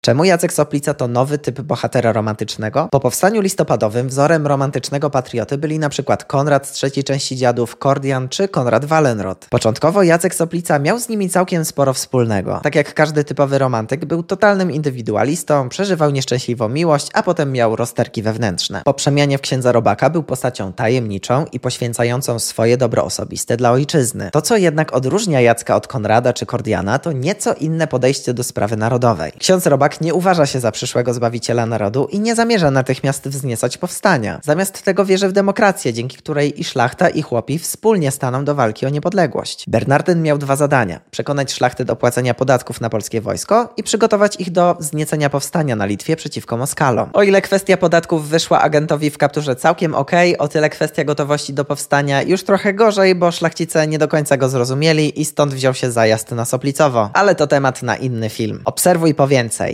Czemu Jacek Soplica to nowy typ bohatera romantycznego? Po powstaniu listopadowym wzorem romantycznego patrioty byli np. Konrad z trzeciej części Dziadów, Kordian czy Konrad Wallenrod. Początkowo Jacek Soplica miał z nimi całkiem sporo wspólnego. Tak jak każdy typowy romantyk, był totalnym indywidualistą, przeżywał nieszczęśliwą miłość, a potem miał rozterki wewnętrzne. Po przemianie w księdza robaka był postacią tajemniczą i poświęcającą swoje dobro osobiste dla ojczyzny. To, co jednak odróżnia Jacka od Konrada czy Kordiana, to nieco inne podejście do sprawy narodowej. Ksiądz robak nie uważa się za przyszłego zbawiciela narodu i nie zamierza natychmiast wzniecać powstania. Zamiast tego wierzy w demokrację, dzięki której i szlachta, i chłopi wspólnie staną do walki o niepodległość. Bernardyn miał dwa zadania: przekonać szlachtę do płacenia podatków na polskie wojsko i przygotować ich do wzniecenia powstania na Litwie przeciwko Moskalom. O ile kwestia podatków wyszła agentowi w kapturze całkiem okej, o tyle kwestia gotowości do powstania już trochę gorzej, bo szlachcice nie do końca go zrozumieli i stąd wziął się zajazd na Soplicowo. Ale to temat na inny film. Obserwuj po więcej.